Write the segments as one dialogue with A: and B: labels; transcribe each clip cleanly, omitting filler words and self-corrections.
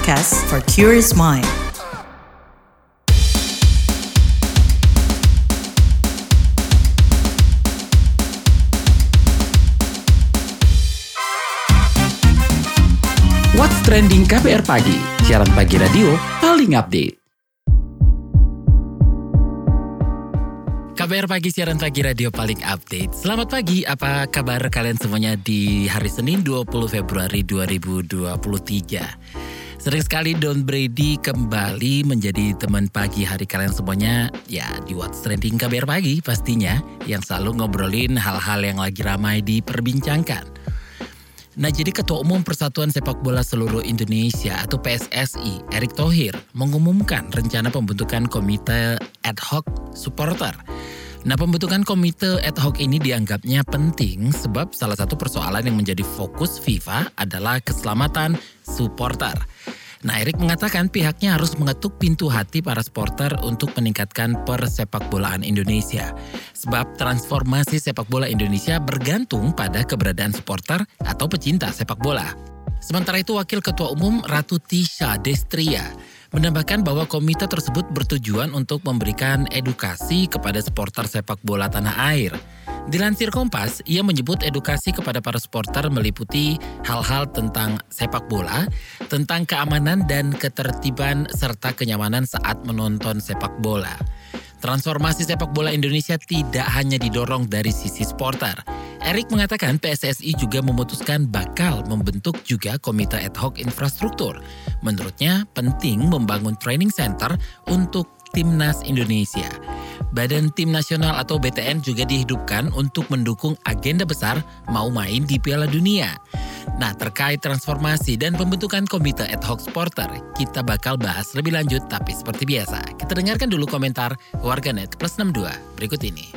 A: podcast for curious mind.
B: What's Trending KBR Pagi, siaran pagi radio paling update. KBR Pagi, siaran pagi radio paling update. Selamat pagi, apa kabar kalian semuanya di hari Senin 20 Februari 2023. Sering sekali Don Brady kembali menjadi teman pagi hari kalian semuanya. Ya, di What's Trending KBR Pagi pastinya, yang selalu ngobrolin hal-hal yang lagi ramai diperbincangkan. Nah, jadi Ketua Umum Persatuan Sepak Bola Seluruh Indonesia atau PSSI, Erick Thohir, mengumumkan rencana pembentukan komite ad hoc supporter. Nah, pembentukan komite ad hoc ini dianggapnya penting sebab salah satu persoalan yang menjadi fokus FIFA adalah keselamatan supporter. Nah, Erick mengatakan pihaknya harus mengetuk pintu hati para supporter untuk meningkatkan persepakbolaan Indonesia. Sebab transformasi sepak bola Indonesia bergantung pada keberadaan supporter atau pecinta sepak bola. Sementara itu, Wakil Ketua Umum Ratu Tisha Destria menambahkan bahwa komite tersebut bertujuan untuk memberikan edukasi kepada supporter sepak bola tanah air. Dilansir Kompas, ia menyebut edukasi kepada para supporter meliputi hal-hal tentang sepak bola, tentang keamanan dan ketertiban serta kenyamanan saat menonton sepak bola. Transformasi sepak bola Indonesia tidak hanya didorong dari sisi supporter. Erick mengatakan PSSI juga memutuskan bakal membentuk juga komite ad hoc infrastruktur. Menurutnya penting membangun training center untuk Timnas Indonesia. Badan Tim Nasional atau BTN juga dihidupkan untuk mendukung agenda besar mau main di Piala Dunia. Nah, terkait transformasi dan pembentukan komite ad hoc supporter, kita bakal bahas lebih lanjut, tapi seperti biasa, kita dengarkan dulu komentar warganet plus 62 berikut ini.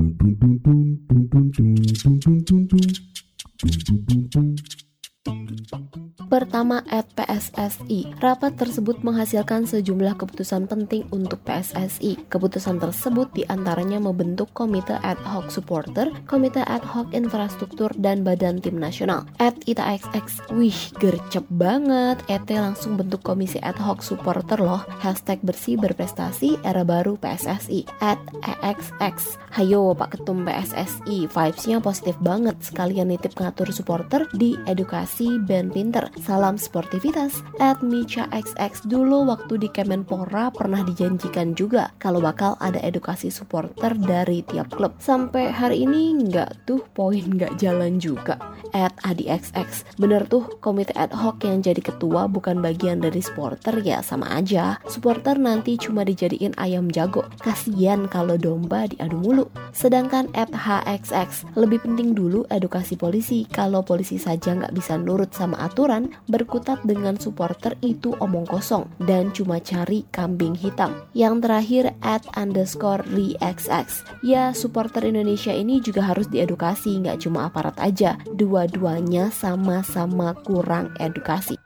C: Pertama, @PSSI. Rapat tersebut menghasilkan sejumlah keputusan penting untuk PSSI. Keputusan tersebut diantaranya membentuk komite ad hoc supporter, komite ad hoc infrastruktur, dan badan tim nasional. @ItaXX, wih gercep banget, ET langsung bentuk komisi ad hoc supporter loh. #bersih berprestasi era baru PSSI. @EXX, hayo Pak Ketum PSSI, vibes-nya positif banget, sekalian nitip ngatur supporter di edukasi band pinter. Salam sportivitas. @MichaXX, dulu waktu di Kemenpora pernah dijanjikan juga kalau bakal ada edukasi supporter dari tiap klub. Sampai hari ini nggak tuh, poin nggak jalan juga. @AdiXX, bener tuh komite ad hoc yang jadi ketua bukan bagian dari supporter, ya sama aja. Supporter nanti cuma dijadiin ayam jago. Kasian kalau domba diadu mulu. Sedangkan @HXX, lebih penting dulu edukasi polisi. Kalau polisi saja nggak bisa nurut sama aturan, berkutat dengan supporter itu omong kosong dan cuma cari kambing hitam. Yang terakhir @_ReXX, ya supporter Indonesia ini juga harus diedukasi, nggak cuma aparat aja. Dua-duanya sama-sama kurang edukasi.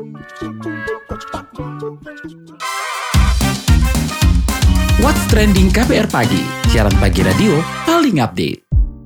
B: What's Trending KBR Pagi, siaran pagi radio paling update.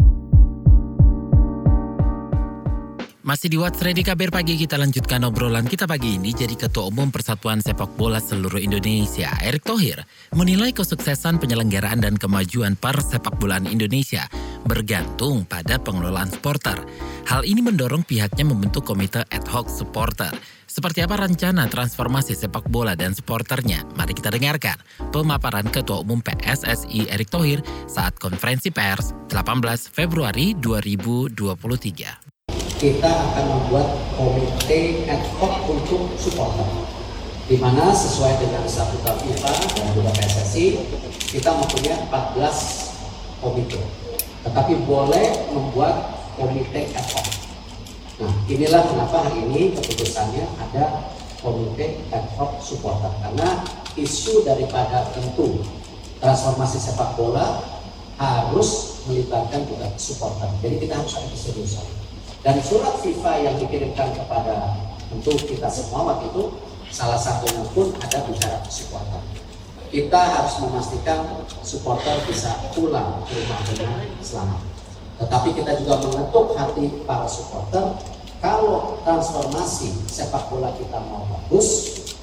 B: Masih di What's Trending KBR Pagi, kita lanjutkan obrolan kita pagi ini. Jadi Ketua Umum Persatuan Sepak Bola Seluruh Indonesia, Erick Thohir, menilai kesuksesan penyelenggaraan dan kemajuan persepakbolaan Indonesia bergantung pada pengelolaan supporter. Hal ini mendorong pihaknya membentuk komite ad hoc supporter. Seperti apa rencana transformasi sepak bola dan supporternya? Mari kita dengarkan pemaparan Ketua Umum PSSI Erick Thohir saat konferensi pers 18 Februari 2023.
D: Kita akan membuat komite ad hoc untuk supporter, di mana sesuai dengan statuta FIFA dan juga PSSI, kita mempunyai 14 komite, tetapi boleh membuat komite ad hoc. Nah, inilah kenapa hari ini keputusannya ada komite ad hoc supporter, karena isu daripada tentu transformasi sepak bola harus melibatkan juga supporter. Jadi kita harus ada keseriusan. Dan surat FIFA yang dikirimkan kepada tentu kita semua waktu itu, salah satunya pun ada bicara supporter. Kita harus memastikan supporter bisa pulang ke rumah dengan selamat. Tetapi kita juga mengetuk hati para supporter, kalau transformasi sepak bola kita mau bagus,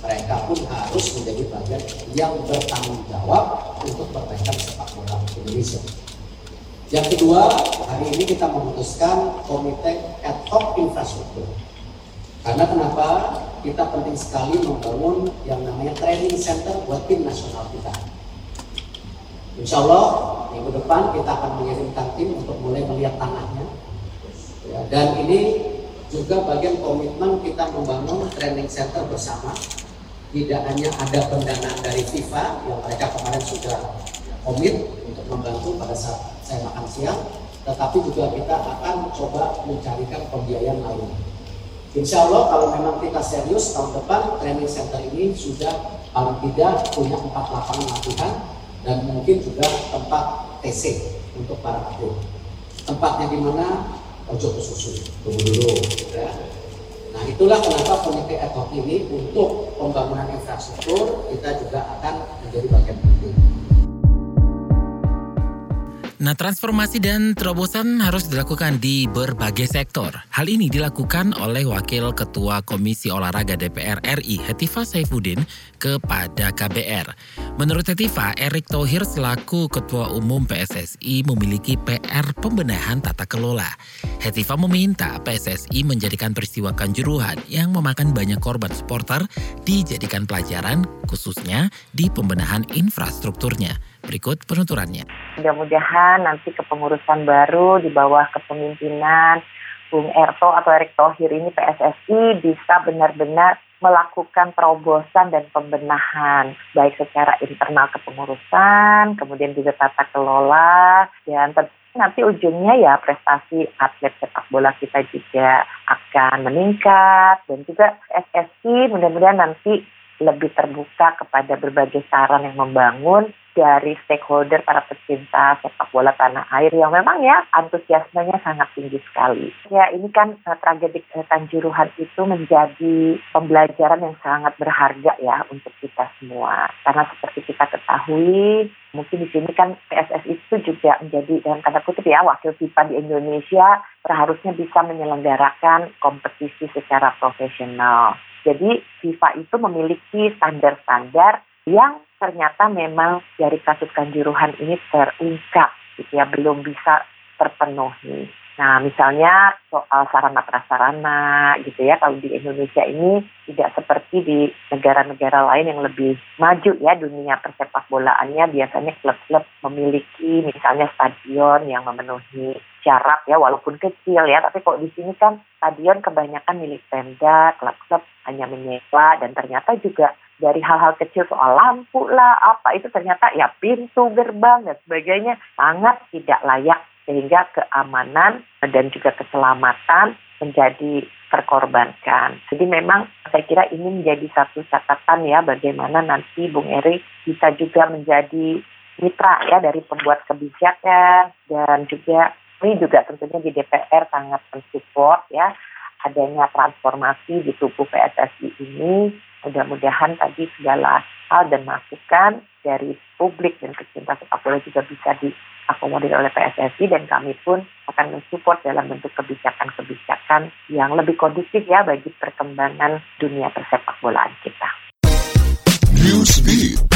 D: mereka pun harus menjadi bagian yang bertanggung jawab untuk perbaikan sepak bola Indonesia. Yang kedua, hari ini kita memutuskan komite ad hoc infrastruktur. Karena kenapa? Kita penting sekali membangun yang namanya training center buat tim nasional kita. Insya Allah minggu depan kita akan mengirimkan tim untuk mulai melihat tanahnya. Ya, dan ini juga bagian komitmen kita membangun training center bersama. Tidak hanya ada pendanaan dari FIFA yang mereka kemarin sudah komit untuk membantu pada saat saya makan siang, tetapi juga kita akan coba mencarikan pembiayaan lain. Insya Allah kalau memang kita serius tahun depan training center ini sudah paling tidak punya 4 lapangan latihan dan mungkin juga tempat TC untuk para atlet. Tempatnya di mana? Ojo ke susu, tunggu dulu. Ya. Nah itulah kenapa komite ad hoc ini untuk pembangunan infrastruktur kita juga akan menjadi bagian penting.
B: Nah, transformasi dan terobosan harus dilakukan di berbagai sektor. Hal ini dilakukan oleh Wakil Ketua Komisi Olahraga DPR RI, Hetifah Saifuddin, kepada KBR. Menurut Hetifah, Erick Thohir selaku Ketua Umum PSSI memiliki PR pembenahan tata kelola. Hetifah meminta PSSI menjadikan peristiwa Kanjuruhan yang memakan banyak korban supporter dijadikan pelajaran, khususnya di pembenahan infrastrukturnya. Berikut penuturannya.
A: Mudah-mudahan nanti kepengurusan baru di bawah kepemimpinan Bung Erto atau Erick Thohir ini PSSI bisa benar-benar melakukan terobosan dan pembenahan baik secara internal kepengurusan, kemudian juga tata kelola, dan nanti ujungnya ya prestasi atlet sepak bola kita juga akan meningkat, dan juga PSSI mudah-mudahan nanti lebih terbuka kepada berbagai saran yang membangun dari stakeholder para pecinta sepak bola tanah air yang memang ya antusiasmenya sangat tinggi sekali. Ya ini kan tragedi Kanjuruhan itu menjadi pembelajaran yang sangat berharga ya untuk kita semua. Karena seperti kita ketahui, mungkin di sini kan PSSI itu juga menjadi dalam tanda kutip ya wakil FIFA di Indonesia, seharusnya bisa menyelenggarakan kompetisi secara profesional. Jadi FIFA itu memiliki standar-standar yang ternyata memang dari kasus Kanjuruhan ini terungkap gitu ya, belum bisa terpenuhi. Nah misalnya soal sarana prasarana gitu ya, kalau di Indonesia ini tidak seperti di negara-negara lain yang lebih maju ya dunia persepak bolaannya, biasanya klub-klub memiliki misalnya stadion yang memenuhi syarat ya walaupun kecil ya, tapi kok di sini kan stadion kebanyakan milik Pemda, klub-klub hanya menyewa, dan ternyata juga dari hal-hal kecil soal lampu lah apa itu ternyata ya pintu gerbang dan sebagainya sangat tidak layak, sehingga keamanan dan juga keselamatan menjadi terkorbankan. Jadi memang saya kira ini menjadi satu catatan ya bagaimana nanti Bung Erick bisa juga menjadi mitra ya dari pembuat kebijakan, dan juga ini juga tentunya di DPR sangat mensupport ya adanya transformasi di tubuh PSSI ini. Mudah-mudahan tadi segala hal dan masukan dari publik dan pecinta sepak bola juga bisa diakomodir oleh PSSI, dan kami pun akan mensupport dalam bentuk kebijakan-kebijakan yang lebih kondusif ya bagi perkembangan dunia persepak bolaan kita.
C: Newsbeat.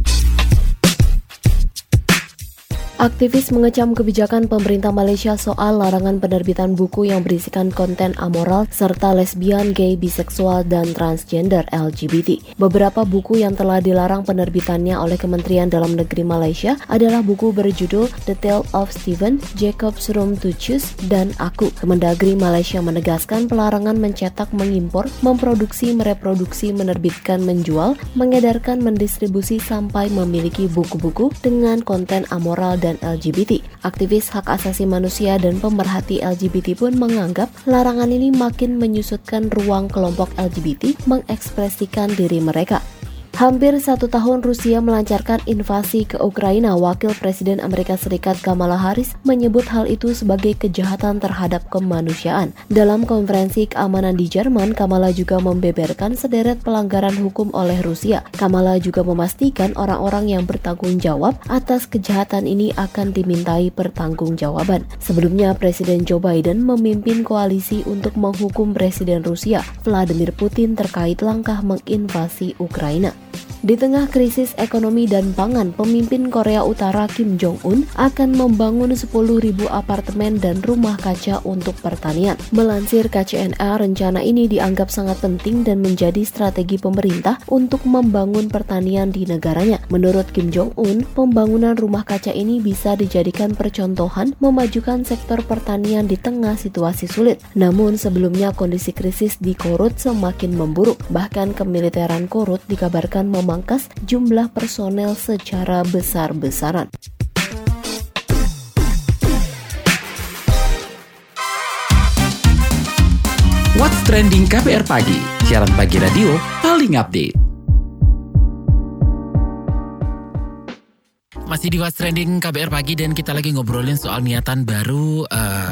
C: Aktivis mengecam kebijakan pemerintah Malaysia soal larangan penerbitan buku yang berisikan konten amoral serta lesbian, gay, biseksual, dan transgender LGBT. Beberapa buku yang telah dilarang penerbitannya oleh Kementerian Dalam Negeri Malaysia adalah buku berjudul The Tale of Stephen, Jacob's Room to Choose, dan Aku. Kemendagri Malaysia menegaskan pelarangan mencetak, mengimpor, memproduksi, mereproduksi, menerbitkan, menjual, mengedarkan, mendistribusi, sampai memiliki buku-buku dengan konten amoral dan LGBT. Aktivis hak asasi manusia dan pemerhati LGBT pun menganggap larangan ini makin menyusutkan ruang kelompok LGBT mengekspresikan diri mereka. Hampir 1 tahun Rusia melancarkan invasi ke Ukraina, Wakil Presiden Amerika Serikat Kamala Harris menyebut hal itu sebagai kejahatan terhadap kemanusiaan. Dalam konferensi keamanan di Jerman, Kamala juga membeberkan sederet pelanggaran hukum oleh Rusia. Kamala juga memastikan orang-orang yang bertanggung jawab atas kejahatan ini akan dimintai pertanggungjawaban. Sebelumnya, Presiden Joe Biden memimpin koalisi untuk menghukum Presiden Rusia, Vladimir Putin, terkait langkah menginvasi Ukraina. Di tengah krisis ekonomi dan pangan, pemimpin Korea Utara Kim Jong-un akan membangun 10.000 apartemen dan rumah kaca untuk pertanian. Melansir KCNA, rencana ini dianggap sangat penting dan menjadi strategi pemerintah untuk membangun pertanian di negaranya. Menurut Kim Jong-un, pembangunan rumah kaca ini bisa dijadikan percontohan memajukan sektor pertanian di tengah situasi sulit. Namun sebelumnya kondisi krisis di Korut semakin memburuk. Bahkan kemiliteran Korut dikabarkan memangkas jumlah personel secara besar-besaran.
B: What's Trending KBR Pagi, siaran pagi radio paling update. Masih di What's Trending KBR Pagi dan kita lagi ngobrolin soal niatan baru,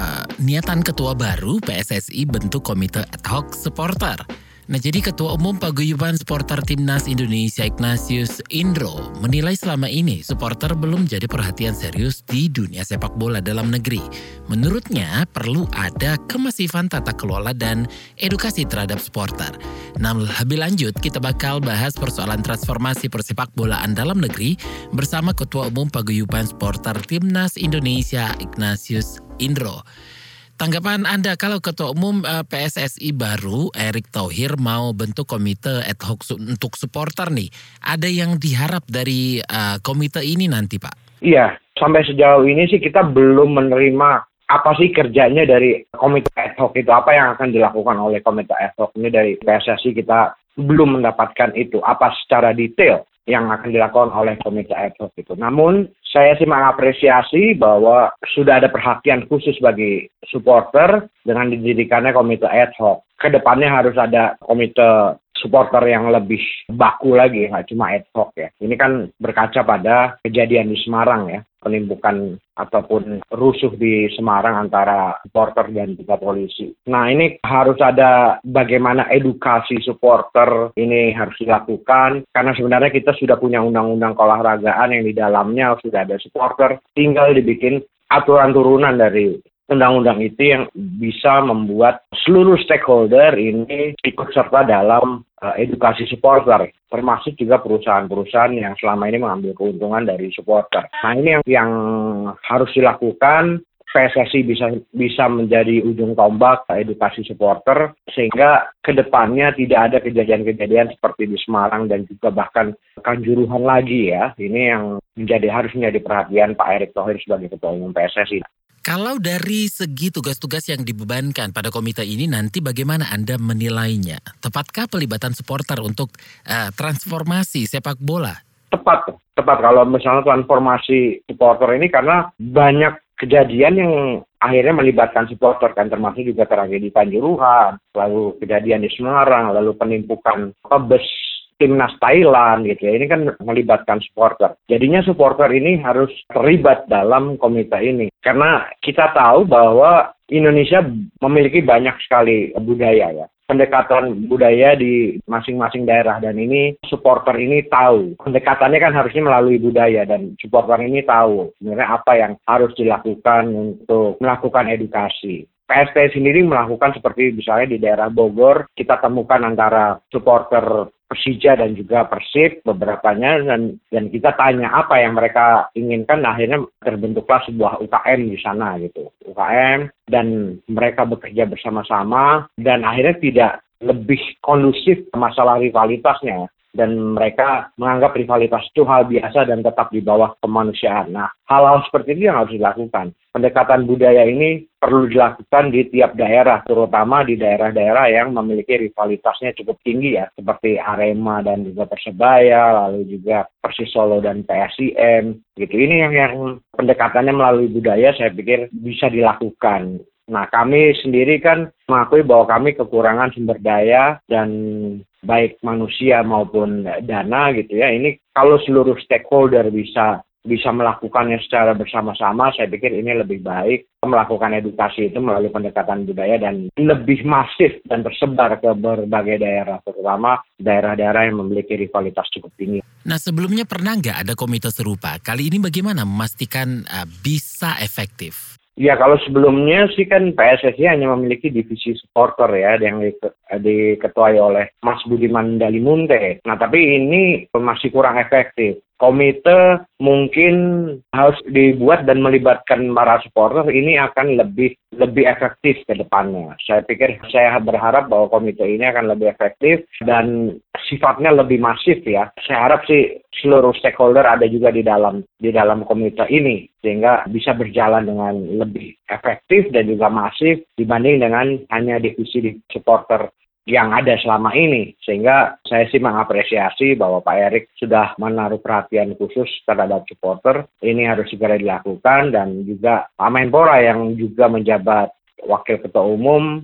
B: niatan ketua baru PSSI bentuk komite ad hoc supporter. Nah, jadi Ketua Umum Paguyuban Supporter Timnas Indonesia Ignatius Indro menilai selama ini supporter belum jadi perhatian serius di dunia sepak bola dalam negeri. Menurutnya perlu ada kemasifan tata kelola dan edukasi terhadap supporter. Nah, lebih lanjut kita bakal bahas persoalan transformasi persepak bolaan dalam negeri bersama Ketua Umum Paguyuban Supporter Timnas Indonesia Ignatius Indro. Tanggapan Anda kalau Ketua Umum PSSI baru Erick Thohir mau bentuk komite ad hoc untuk supporter nih, ada yang diharap dari komite ini nanti, Pak?
E: Iya, sampai sejauh ini sih kita belum menerima apa sih kerjanya dari komite ad hoc itu, apa yang akan dilakukan oleh komite ad hoc ini dari PSSI. Kita belum mendapatkan itu, apa secara detail yang akan dilakukan oleh komite ad hoc itu. Namun saya sih mengapresiasi bahwa sudah ada perhatian khusus bagi supporter dengan didirikannya komite ad hoc. Kedepannya harus ada komite supporter yang lebih baku lagi, nggak cuma ad hoc ya. Ini kan berkaca pada kejadian di Semarang ya, penimbukan ataupun rusuh di Semarang antara supporter dan juga polisi. Nah, ini harus ada bagaimana edukasi supporter ini harus dilakukan, karena sebenarnya kita sudah punya undang-undang keolahragaan yang di dalamnya sudah ada supporter, tinggal dibikin aturan turunan dari undang-undang itu yang bisa membuat seluruh stakeholder ini ikut serta dalam edukasi supporter, termasuk juga perusahaan-perusahaan yang selama ini mengambil keuntungan dari supporter. Nah, ini yang harus dilakukan. PSSI bisa menjadi ujung tombak edukasi supporter sehingga kedepannya tidak ada kejadian-kejadian seperti di Semarang dan juga bahkan Kanjuruhan lagi ya. Ini yang harus menjadi perhatian Pak Erick Thohir sebagai Ketua Umum PSSI.
B: Kalau dari segi tugas-tugas yang dibebankan pada komite ini nanti bagaimana Anda menilainya? Tepatkah pelibatan supporter untuk transformasi sepak bola?
E: Tepat. Kalau misalnya transformasi supporter ini karena banyak kejadian yang akhirnya melibatkan supporter kan, termasuk juga tragedi Kanjuruhan, lalu kejadian di Semarang, lalu penimpukan bus timnas Thailand gitu ya. Ini kan melibatkan supporter. Jadinya supporter ini harus terlibat dalam komite ini. Karena kita tahu bahwa Indonesia memiliki banyak sekali budaya ya. Pendekatan budaya di masing-masing daerah dan ini supporter ini tahu. Pendekatannya kan harusnya melalui budaya dan supporter ini tahu sebenarnya apa yang harus dilakukan untuk melakukan edukasi. PST sendiri melakukan seperti misalnya di daerah Bogor, kita temukan antara supporter Persija dan juga Persib beberapanya dan kita tanya apa yang mereka inginkan, akhirnya terbentuklah sebuah UKM di sana gitu. UKM dan mereka bekerja bersama-sama dan akhirnya tidak lebih kondusif masalah rivalitasnya. Dan mereka menganggap rivalitas itu hal biasa dan tetap di bawah kemanusiaan. Nah, hal-hal seperti itu yang harus dilakukan. Pendekatan budaya ini perlu dilakukan di tiap daerah, terutama di daerah-daerah yang memiliki rivalitasnya cukup tinggi ya, seperti Arema dan juga Persebaya, lalu juga Persis Solo dan PSIM. Gitu. Ini yang pendekatannya melalui budaya saya pikir bisa dilakukan. Nah, kami sendiri kan mengakui bahwa kami kekurangan sumber daya dan baik manusia maupun dana gitu ya. Ini kalau seluruh stakeholder bisa melakukannya secara bersama-sama, saya pikir ini lebih baik melakukan edukasi itu melalui pendekatan budaya dan lebih masif dan tersebar ke berbagai daerah, terutama daerah-daerah yang memiliki rivalitas cukup tinggi.
B: Nah, sebelumnya pernah nggak ada komite serupa? Kali ini bagaimana memastikan bisa efektif?
E: Ya, kalau sebelumnya sih kan PSSI hanya memiliki divisi supporter ya yang diketuai oleh Mas Budiman Dalimunte. Nah, tapi ini masih kurang efektif. Komite mungkin harus dibuat dan melibatkan para supporter, ini akan lebih efektif ke depannya. Saya berharap bahwa komite ini akan lebih efektif dan sifatnya lebih masif ya. Saya harap sih seluruh stakeholder ada juga di dalam komite ini sehingga bisa berjalan dengan lebih efektif dan juga masif dibanding dengan hanya divisi supporter yang ada selama ini. Sehingga saya sih mengapresiasi bahwa Pak Erik sudah menaruh perhatian khusus terhadap supporter. Ini harus segera dilakukan, dan juga Pak Menpora yang juga menjabat Wakil Ketua Umum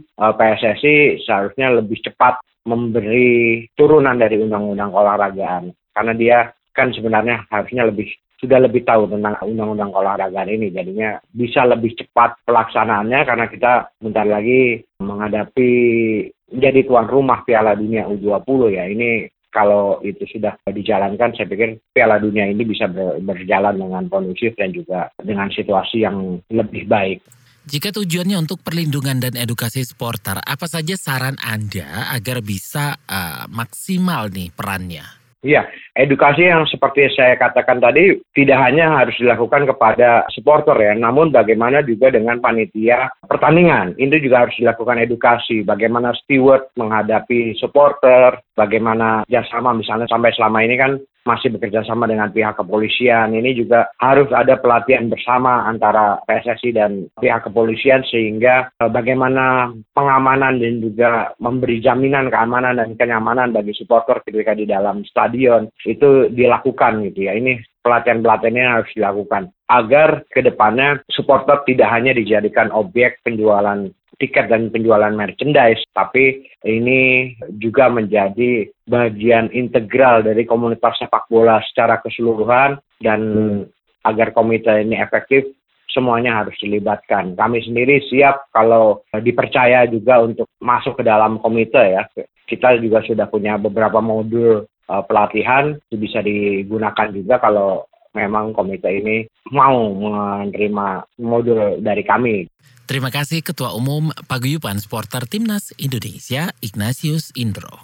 E: PSSI seharusnya lebih cepat memberi turunan dari undang-undang olahragaan. Karena dia kan sebenarnya harusnya sudah lebih tahu tentang undang-undang olahragaan ini. Jadinya bisa lebih cepat pelaksanaannya karena kita bentar lagi menghadapi menjadi tuan rumah Piala Dunia U20 ya. Ini kalau itu sudah dijalankan, saya pikir Piala Dunia ini bisa berjalan dengan kondusif dan juga dengan situasi yang lebih baik.
B: Jika tujuannya untuk perlindungan dan edukasi supporter, apa saja saran Anda agar bisa maksimal nih perannya?
E: Iya, edukasi yang seperti saya katakan tadi tidak hanya harus dilakukan kepada supporter ya, namun bagaimana juga dengan panitia pertandingan. Ini juga harus dilakukan edukasi, bagaimana steward menghadapi supporter, bagaimana kerjasama misalnya sampai selama ini kan masih bekerja sama dengan pihak kepolisian. Ini juga harus ada pelatihan bersama antara PSSI dan pihak kepolisian sehingga bagaimana pengamanan dan juga memberi jaminan keamanan dan kenyamanan bagi supporter ketika di dalam stadion itu dilakukan gitu ya. Ini pelatihan-pelatihannya harus dilakukan agar ke depannya supporter tidak hanya dijadikan objek penjualan tiket dan penjualan merchandise, tapi ini juga menjadi bagian integral dari komunitas sepak bola secara keseluruhan, dan agar komite ini efektif semuanya harus dilibatkan. Kami sendiri siap kalau dipercaya juga untuk masuk ke dalam komite ya. Kita juga sudah punya beberapa modul pelatihan itu bisa digunakan juga kalau memang komite ini mau menerima modul dari kami.
B: Terima kasih Ketua Umum Paguyuban Supporter Timnas Indonesia, Ignatius Indro.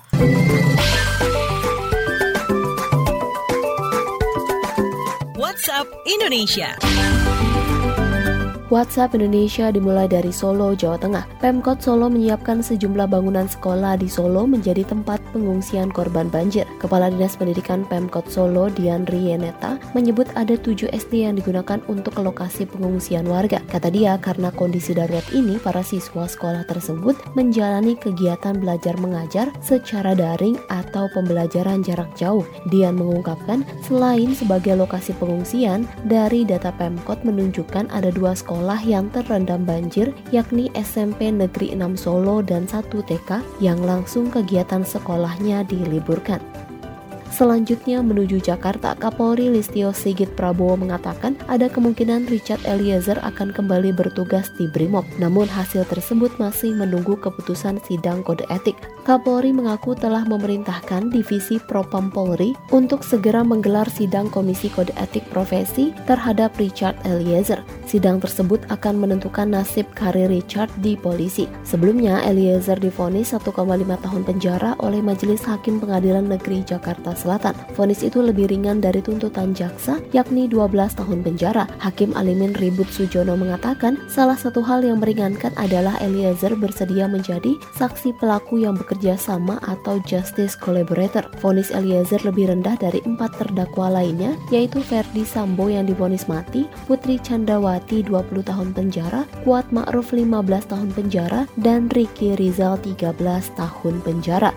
F: WhatsApp Indonesia.
C: WhatsApp Indonesia dimulai dari Solo, Jawa Tengah. Pemkot Solo menyiapkan sejumlah bangunan sekolah di Solo menjadi tempat pengungsian korban banjir. Kepala Dinas Pendidikan Pemkot Solo, Diandri Yeneta, menyebut ada 7 SD yang digunakan untuk lokasi pengungsian warga. Kata dia, karena kondisi darurat ini, para siswa sekolah tersebut menjalani kegiatan belajar mengajar secara daring atau pembelajaran jarak jauh. Dian mengungkapkan, selain sebagai lokasi pengungsian, dari data Pemkot menunjukkan ada 2 sekolah yang terendam banjir, yakni SMP Negeri 6 Solo dan 1 TK yang langsung kegiatan sekolahnya diliburkan. Selanjutnya menuju Jakarta, Kapolri Listio Sigit Prabowo mengatakan ada kemungkinan Richard Eliezer akan kembali bertugas di Brimob. Namun hasil tersebut masih menunggu keputusan sidang kode etik. Kapolri mengaku telah memerintahkan Divisi Propam Polri untuk segera menggelar sidang Komisi Kode Etik Profesi terhadap Richard Eliezer. Sidang tersebut akan menentukan nasib karir Richard di polisi. Sebelumnya, Eliezer divonis 1,5 tahun penjara oleh Majelis Hakim Pengadilan Negeri Jakarta Selatan. Vonis itu lebih ringan dari tuntutan jaksa, yakni 12 tahun penjara. Hakim Alimin Ribut Sujono mengatakan salah satu hal yang meringankan adalah Eliezer bersedia menjadi saksi pelaku yang bekerja sama atau justice collaborator. Vonis Eliezer lebih rendah dari 4 terdakwa lainnya, yaitu Ferdi Sambo yang divonis mati, Putri Candrawati 20 tahun penjara, Kuat Ma'ruf 15 tahun penjara, dan Ricky Rizal 13 tahun penjara.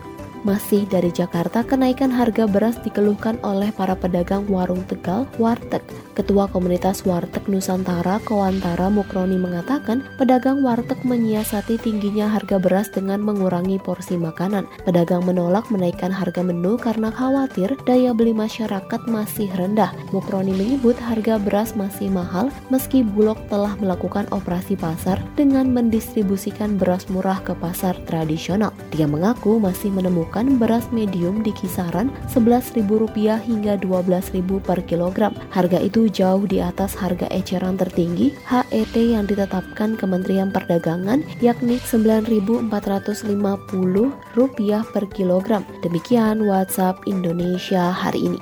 C: Masih dari Jakarta, kenaikan harga beras dikeluhkan oleh para pedagang warung Tegal, Warteg. Ketua Komunitas Warteg Nusantara, Kowantara Mukroni mengatakan, pedagang warteg menyiasati tingginya harga beras dengan mengurangi porsi makanan. Pedagang menolak menaikkan harga menu karena khawatir daya beli masyarakat masih rendah. Mukroni menyebut harga beras masih mahal meski Bulog telah melakukan operasi pasar dengan mendistribusikan beras murah ke pasar tradisional. Dia mengaku masih menemukan beras medium di kisaran Rp11.000 hingga Rp12.000 per kilogram. Harga itu jauh di atas harga eceran tertinggi HET yang ditetapkan Kementerian Perdagangan, yakni Rp9.450 per kilogram. Demikian WhatsApp Indonesia hari ini.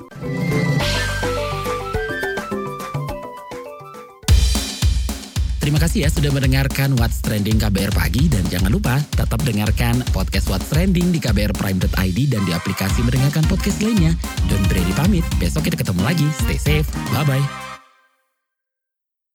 B: Terima kasih ya sudah mendengarkan What's Trending KBR Pagi, dan jangan lupa tetap dengarkan podcast What's Trending di kbrprime.id dan di aplikasi mendengarkan podcast lainnya. Don Brady pamit, besok kita ketemu lagi. Stay safe, bye-bye.